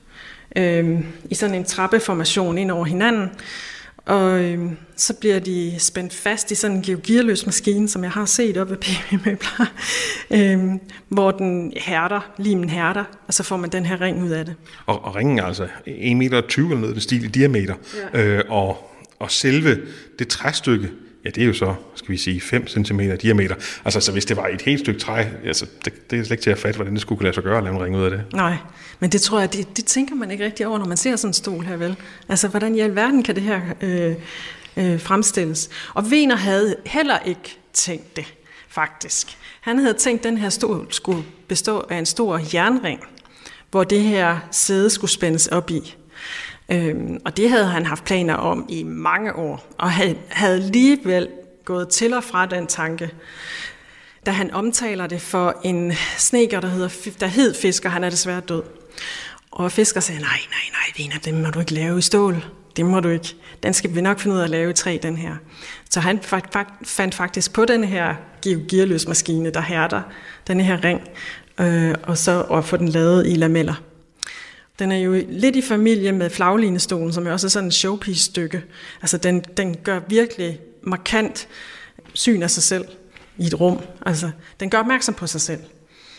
i sådan en trappeformation ind over hinanden. Og så bliver de spændt fast i sådan en gearløs maskine, som jeg har set oppe ved PP Møbler, hvor limen hærder, og så får man den her ring ud af det. Og ringen er altså 1,20 meter eller noget, den stil i diameter. Ja. Og selve det træstykke, ja, det er jo så, skal vi sige, 5 cm diameter. Altså, så hvis det var et helt stykke træ, altså, det er slet ikke til at fatte, hvordan det skulle kunne lade sig gøre at lave en ring ud af det. Nej, men det tror jeg, det tænker man ikke rigtig over, når man ser sådan en stol her, vel? Altså, hvordan i alverden kan det her fremstilles? Og Wegner havde heller ikke tænkt det, faktisk. Han havde tænkt, at den her stol skulle bestå af en stor jernring, hvor det her sæde skulle spændes op i. Og det havde han haft planer om i mange år, og havde alligevel gået til og fra den tanke, da han omtaler det for en snedker, der hed Fisker. Han er desværre død. Og Fisker sagde, nej, Wegner, den må du ikke lave i stål. Det må du ikke. Den skal vi nok finde ud af at lave i træ, den her. Så han fandt faktisk på den her gearløs maskine, der hærder den her ring, og så at få den lavet i lameller. Den er jo lidt i familie med flaglinestolen, som er også sådan en showpiece-stykke. Altså den gør virkelig markant syn af sig selv i et rum. Altså den gør opmærksom på sig selv.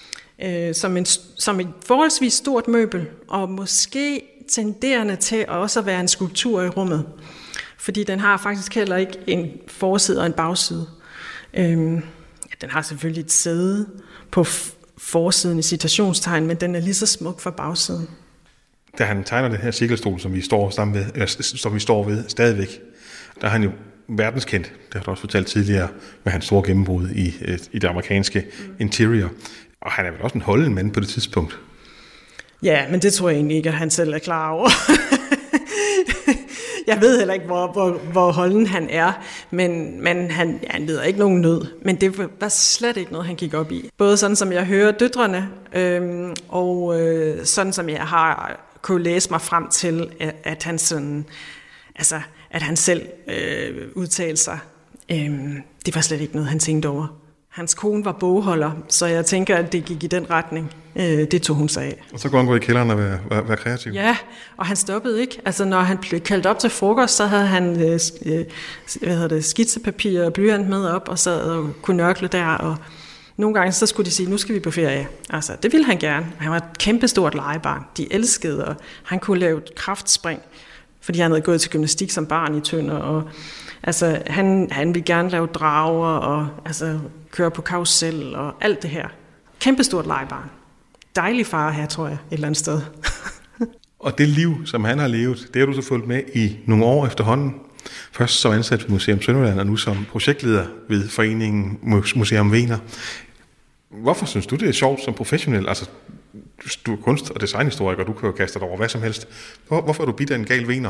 Som et forholdsvis stort møbel, og måske tenderende til også at være en skulptur i rummet. Fordi den har faktisk heller ikke en forside og en bagside. Den har selvfølgelig et sæde på forsiden i citationstegn, men den er lige så smuk fra bagsiden. Da han tegner den her cirkelstol, som vi står ved stadigvæk, der er han jo verdenskendt. Det har du også fortalt tidligere med hans store gennembrud i det amerikanske interior. Og han er vel også en holden mand på det tidspunkt. Ja, men det tror jeg egentlig ikke, at han selv er klar over. Jeg ved heller ikke, hvor holden han er, men han lider ikke nogen nød. Men det var slet ikke noget, han gik op i. Både sådan, som jeg hører døtrene, og sådan, som jeg har kunne læse mig frem til, at han sådan, altså, at han selv udtalte sig. Det var slet ikke noget, han tænkte over. Hans kone var bogholder, så jeg tænker, at det gik i den retning. Det tog hun sig af. Og så kunne han gå i kælderen og være kreativ? Ja, og han stoppede ikke. Altså, når han blev kaldt op til frokost, så havde han skitsepapir og blyant med op, og sad og kunne nørkle der. Og nogle gange så skulle de sige, nu skal vi på ferie. Altså, det ville han gerne. Han var et kæmpestort legebarn. De elskede, og han kunne lave et kraftspring, fordi han havde gået til gymnastik som barn i Tønder. Og altså, han ville gerne lave drager og altså, køre på karusel og alt det her. Kæmpestort legebarn. Dejlig far her, tror jeg, et eller andet sted. Og det liv, som han har levet, det har du så fulgt med i nogle år efterhånden. Først som ansat ved Museum Sønderjylland, og nu som projektleder ved foreningen Museum Wegner. Hvorfor synes du, det er sjovt som professionel? Altså, du er kunst- og designhistoriker, og du kan jo kaste dig over hvad som helst. Hvorfor er du bidt af en gal vener?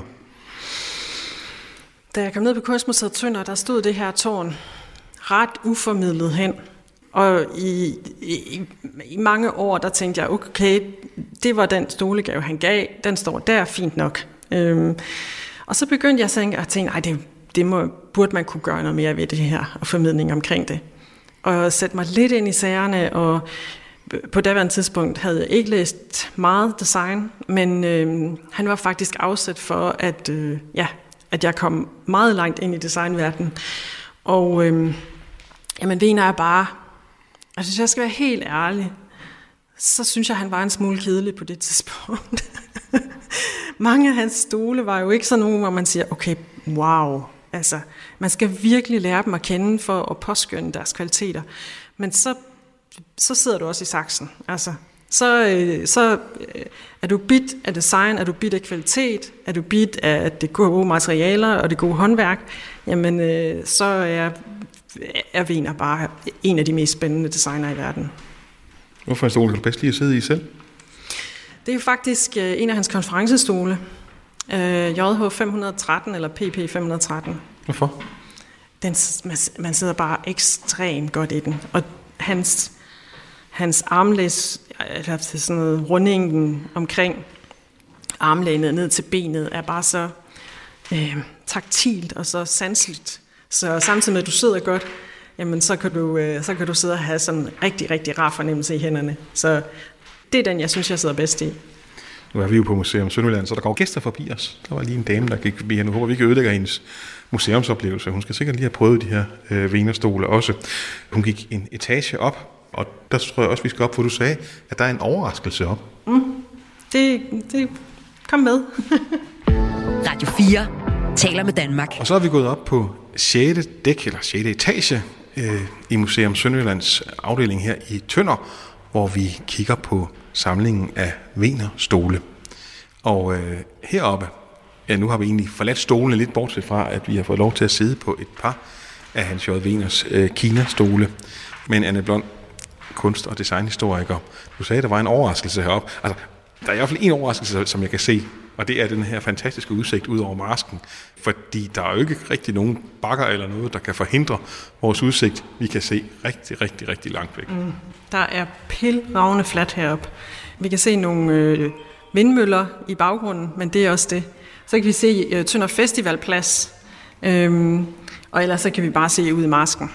Da jeg kom ned på Kunstmuseet Tønder, der stod det her tårn ret uformidlet hen. Og i mange år, der tænkte jeg, okay, det var den stolegave, han gav. Den står der, fint nok. Og så begyndte jeg at tænke, burde man kunne gøre noget mere ved det her, og formidling omkring det. Og sætte mig lidt ind i sagerne, og på daværende tidspunkt havde jeg ikke læst meget design, men han var faktisk afsat for, at jeg kom meget langt ind i designverdenen. Og Wiener er bare, altså hvis jeg skal være helt ærlig, så synes jeg, han var en smule kedelig på det tidspunkt. Mange af hans stole var jo ikke sådan nogle, hvor man siger, okay, wow. Altså, man skal virkelig lære dem at kende for at påskønne deres kvaliteter. Men så sidder du også i saksen. Altså, så er du bidt af design, er du bidt af kvalitet, er du bidt af det gode materialer og det gode håndværk, jamen så er Wiener bare en af de mest spændende designer i verden. Hvorfor er stolen, kan du bedst lide at sidde i selv? Det er jo faktisk en af hans konferencestole. JH 513 eller PP 513. Hvorfor? Man sidder bare ekstremt godt i den. Og hans armlæs, eller sådan noget rundingen omkring armlænet ned til benet, er bare så taktilt og så sanseligt. Så samtidig med, at du sidder godt, jamen så kan du sidde og have sådan en rigtig, rigtig rar fornemmelse i hænderne. Så det er den, jeg synes, jeg sidder bedst i. Nu er vi jo på Museum Sønderjylland, så der går gæster forbi os. Der var lige en dame, der gik forbi her. Nu håber vi ikke ødelægger hendes museumsoplevelse. Hun skal sikkert lige have prøvet de her Wiener-stole også. Hun gik en etage op, og der tror jeg også, vi skal op, hvor du sagde, at der er en overraskelse op. Det kom med. Radio 4 taler med Danmark. Og så er vi gået op på 6. dæk, eller 6. etage i Museum Sønderjyllands afdeling her i Tønder, hvor vi kigger på samlingen af Wiener-stole. Og heroppe, nu har vi egentlig forladt stolene lidt bortset fra, at vi har fået lov til at sidde på et par af Hans J. Wieners Kina-stole. Men Anne Blond, kunst- og designhistoriker, du sagde, at der var en overraskelse heroppe. Altså, der er i hvert fald en overraskelse, som jeg kan se, og det er den her fantastiske udsigt ud over marsken. Fordi der er jo ikke rigtig nogen bakker eller noget, der kan forhindre vores udsigt. Vi kan se rigtig, rigtig, rigtig langt væk. Der er pilravne fladt heroppe. Vi kan se nogle vindmøller i baggrunden, men det er også det. Så kan vi se Tønder Festivalplads, og ellers så kan vi bare se ud i marsken.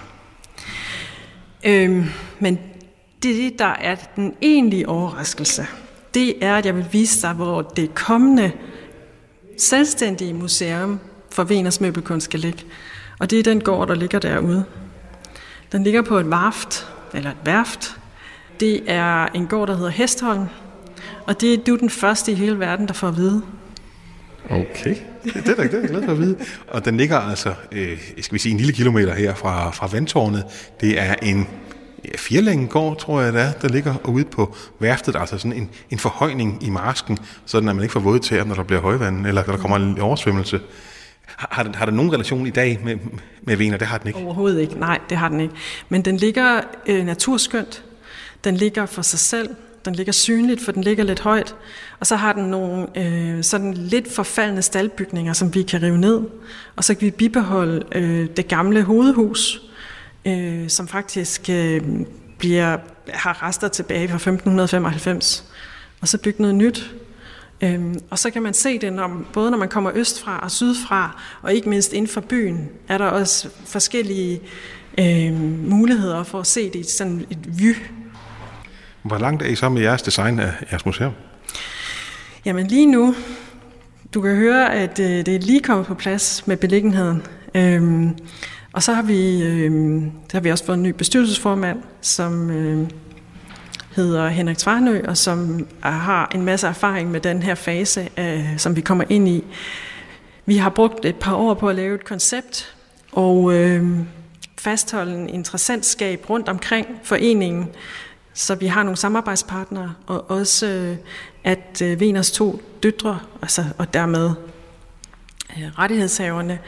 Men det, der er den egentlige overraskelse, det er, at jeg vil vise dig, hvor det kommende selvstændige museum for Wieners møbelkunst skal ligge. Og det er den gård, der ligger derude. Den ligger på et værft. Det er en gård, der hedder Hestholm, og det er du den første i hele verden, der får at vide. Okay, det er jeg glad for at vide. Og den ligger altså, skal vi sige, en lille kilometer her fra vandtårnet. Det er en 4-længen gård, tror jeg det er, der ligger ude på værftet, altså sådan en forhøjning i marsken, sådan at man ikke får våde tæer, når der bliver højvand, eller der kommer en oversvømmelse. Har den nogen relation i dag med Wiener? Det har den ikke. Overhovedet ikke. Nej, det har den ikke. Men den ligger naturskønt. Den ligger for sig selv. Den ligger synligt, for den ligger lidt højt. Og så har den nogle sådan lidt forfaldne staldbygninger, som vi kan rive ned. Og så kan vi bibeholde det gamle hovedhus, som faktisk har rester tilbage fra 1595. Og så bygge noget nyt. Og så kan man se det, både når man kommer østfra og sydfra, og ikke mindst inden for byen, er der også forskellige muligheder for at se det i sådan et vy. Hvor langt er I så med jeres design af jeres museum? Jamen lige nu, du kan høre, at det er lige kommet på plads med beliggenheden. Og så har vi også fået en ny bestyrelsesformand, som hedder Henrik Tvarnø, og som har en masse erfaring med den her fase, som vi kommer ind i. Vi har brugt et par år på at lave et koncept, og fastholde en interessentskab rundt omkring foreningen, så vi har nogle samarbejdspartnere, og også at Wieners 2 døtre, altså, og dermed rettighedshaverne,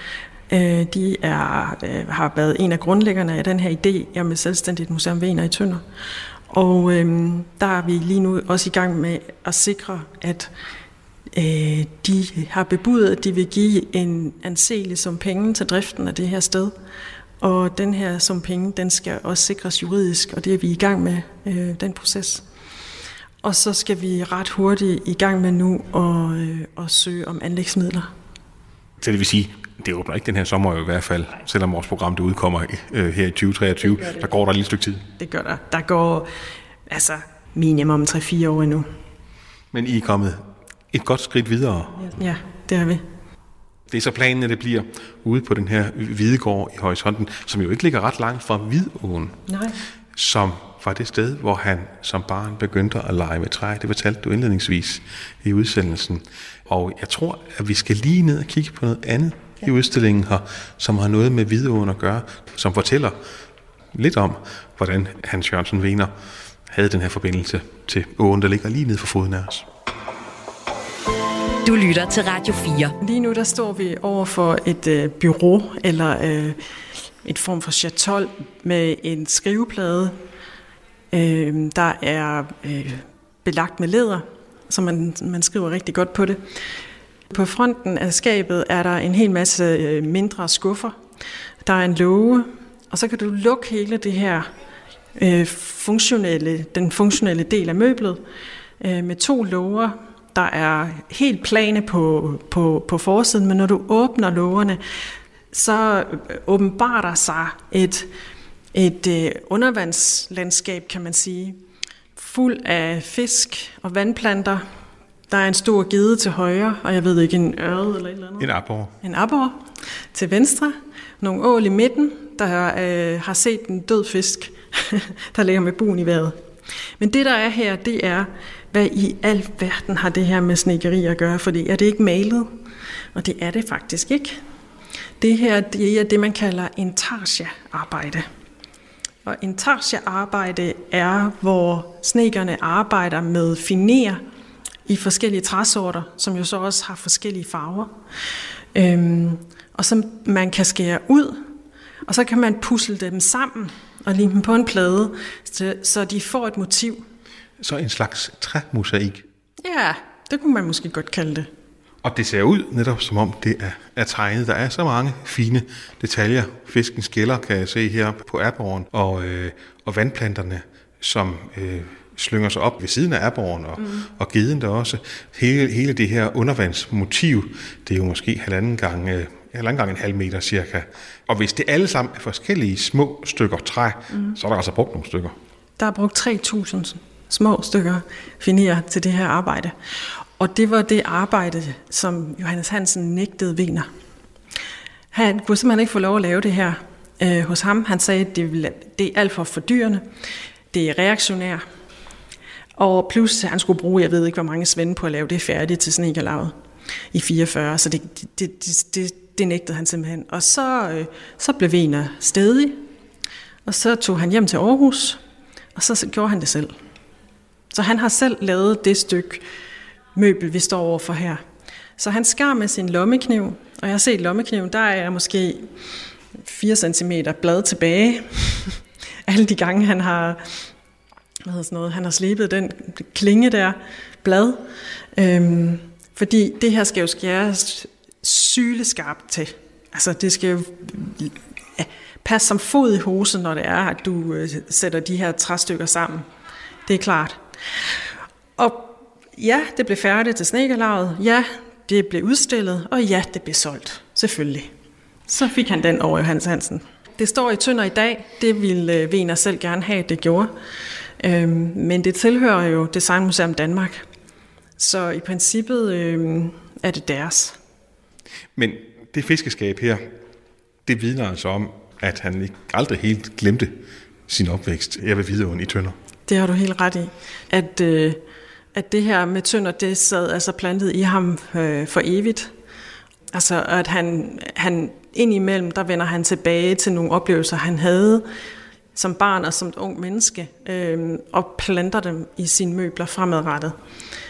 De har været en af grundlæggerne af den her idé om et selvstændigt museum Wegener i Tønder. Og der er vi lige nu også i gang med at sikre, at de har bebudet, at de vil give en anselig sum penge til driften af det her sted. Og den her sum penge, den skal også sikres juridisk, og det er vi i gang med, den proces. Og så skal vi ret hurtigt i gang med nu at søge om anlægsmidler. Så det vil sige, det åbner ikke den her sommer i hvert fald, selvom vores program det udkommer her i 2023. Der går der lige et stykke tid. Det gør der. Der går minimum 3-4 år endnu. Men I er kommet et godt skridt videre. Ja, det er vi. Det er så planen, at det bliver ude på den her Hvidegård i horisonten, som jo ikke ligger ret langt fra Vidåen. Nej. Som var det sted, hvor han som barn begyndte at lege med træ. Det fortalte du indledningsvis i udsendelsen. Og jeg tror, at vi skal lige ned og kigge på noget andet i udstillingen her, som har noget med Vidåen at gøre, som fortæller lidt om, hvordan Hans Jørgensen Wegener havde den her forbindelse til åen, der ligger lige nede for foden af os. Du lytter til Radio 4. Lige nu der står vi over for et bureau, eller et form for chatol med en skriveplade, der er belagt med læder, så man skriver rigtig godt på det. På fronten af skabet er der en hel masse mindre skuffer. Der er en låge, og så kan du lukke hele det her den funktionelle del af møblet med 2 låger. Der er helt plane på forsiden, men når du åbner lågerne, så åbenbarer der sig et undervandslandskab, kan man sige, fuld af fisk og vandplanter. Der er en stor gede til højre, og jeg ved ikke, en ørred eller et eller andet. En aborre til venstre. Nogle ål i midten, der har set en død fisk, der ligger med buen i vejret. Men det, der er her, det er, hvad i al verden har det her med snedkeri at gøre, fordi er det ikke malet? Og det er det faktisk ikke. Det her, det er det, man kalder intarsiaarbejde. Og intarsiaarbejde er, hvor snedkerne arbejder med finer i forskellige træsorter, som jo så også har forskellige farver. Og som man kan skære ud, og så kan man pusle dem sammen og lægge dem på en plade, så de får et motiv. Så en slags træmosaik. Ja, det kunne man måske godt kalde det. Og det ser ud netop som om det er tegnet. Der er så mange fine detaljer. Fiskens skælder kan jeg se her på aborren, og vandplanterne, som slynger sig op ved siden af aborren og geden der også. Hele det her undervandsmotiv, det er jo måske halvanden gang en halv meter cirka. Og hvis det alle sammen er forskellige små stykker træ, så er der altså brugt nogle stykker. Der er brugt 3.000 små stykker finer til det her arbejde. Og det var det arbejde, som Johannes Hansen nægtede Wegener. Han kunne simpelthen ikke få lov at lave det her hos ham. Han sagde, at det er alt for fordyrende, det er reaktionær, og plus han skulle bruge, jeg ved ikke hvor mange svende på at lave det færdigt til snedkerlaget i 44, så det nægtede han simpelthen. Og så blev Wegener stædig, og så tog han hjem til Aarhus, og så gjorde han det selv. Så han har selv lavet det stykke møbel, vi står overfor her. Så han skar med sin lommekniv, og jeg har set lommekniven, der er måske 4 cm blad tilbage. Alle de gange, han har slebet den klinge der, blad. Fordi det her skal jo skæres syleskarpt til. Altså det skal jo passe som fod i hosen, når det er, at du sætter de her træstykker sammen. Det er klart. Og ja, det blev færdigt til snedkerlaget. Ja, det blev udstillet. Og ja, det blev solgt. Selvfølgelig. Så fik han den over Johannes Hansen. Det står i Tønder i dag. Det ville Wegener selv gerne have, det gjorde. Men det tilhører jo Designmuseum Danmark. Så i princippet er det deres. Men det fiskeskab her, det vidner altså om, at han aldrig helt glemte sin opvækst her ved Vidåen i Tønder. Det har du helt ret i. At det her med Tønder, det sad altså plantet i ham for evigt. Altså at han indimellem, der vender han tilbage til nogle oplevelser, han havde som barn og som ung menneske, og planter dem i sine møbler fremadrettet.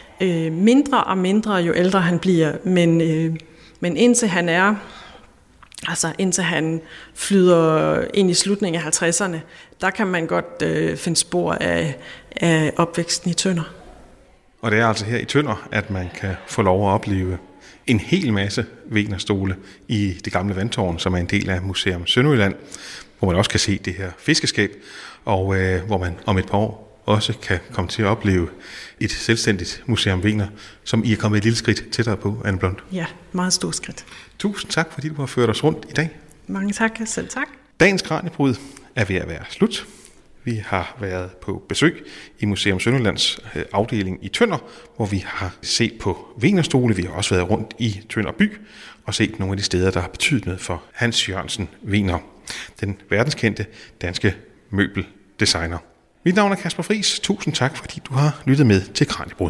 Mindre og mindre, jo ældre han bliver, men indtil han er Altså indtil han flyder ind i slutningen af 50'erne, der kan man godt finde spor af opvæksten i Tønder. Og det er altså her i Tønder, at man kan få lov at opleve en hel masse Wegner-stole i det gamle vandtårn, som er en del af Museum Sønderjylland, hvor man også kan se det her fiskeskab, og hvor man om et par år også kan komme til at opleve et selvstændigt Museum Wegner, som I er kommet et lille skridt tættere på, Anne Blund. Ja, meget stort skridt. Tusind tak, fordi du har ført os rundt i dag. Mange tak, selv tak. Dagens Kraniebrud er ved at være slut. Vi har været på besøg i Museum Sønderjyllands afdeling i Tønder, hvor vi har set på Wegner-stole. Vi har også været rundt i Tønder by og set nogle af de steder, der har betydet noget for Hans Jørgensen Wegner, den verdenskendte danske møbeldesigner. Mit navn er Kasper Friis. Tusind tak, fordi du har lyttet med til Kraniebrud.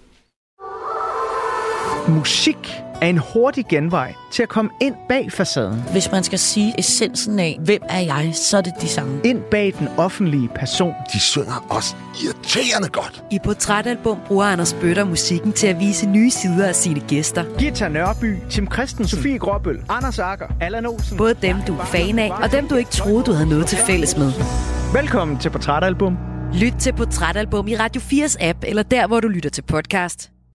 Musik er en hurtig genvej til at komme ind bag facaden. Hvis man skal sige essensen af, hvem er jeg, så er det de samme. Ind bag den offentlige person. De synger også irriterende godt. I Portrætalbum bruger Anders Bøtter musikken til at vise nye sider af sine gæster. Gita Nørby, Tim Christensen, Sofie Gråbøl, Anders Agger, Allan Olsen. Både dem, du er fan af, og dem, du ikke troede, du havde noget til fælles med. Velkommen til Portrætalbum. Lyt til Portrætalbum i Radio 4's app, eller der, hvor du lytter til podcast.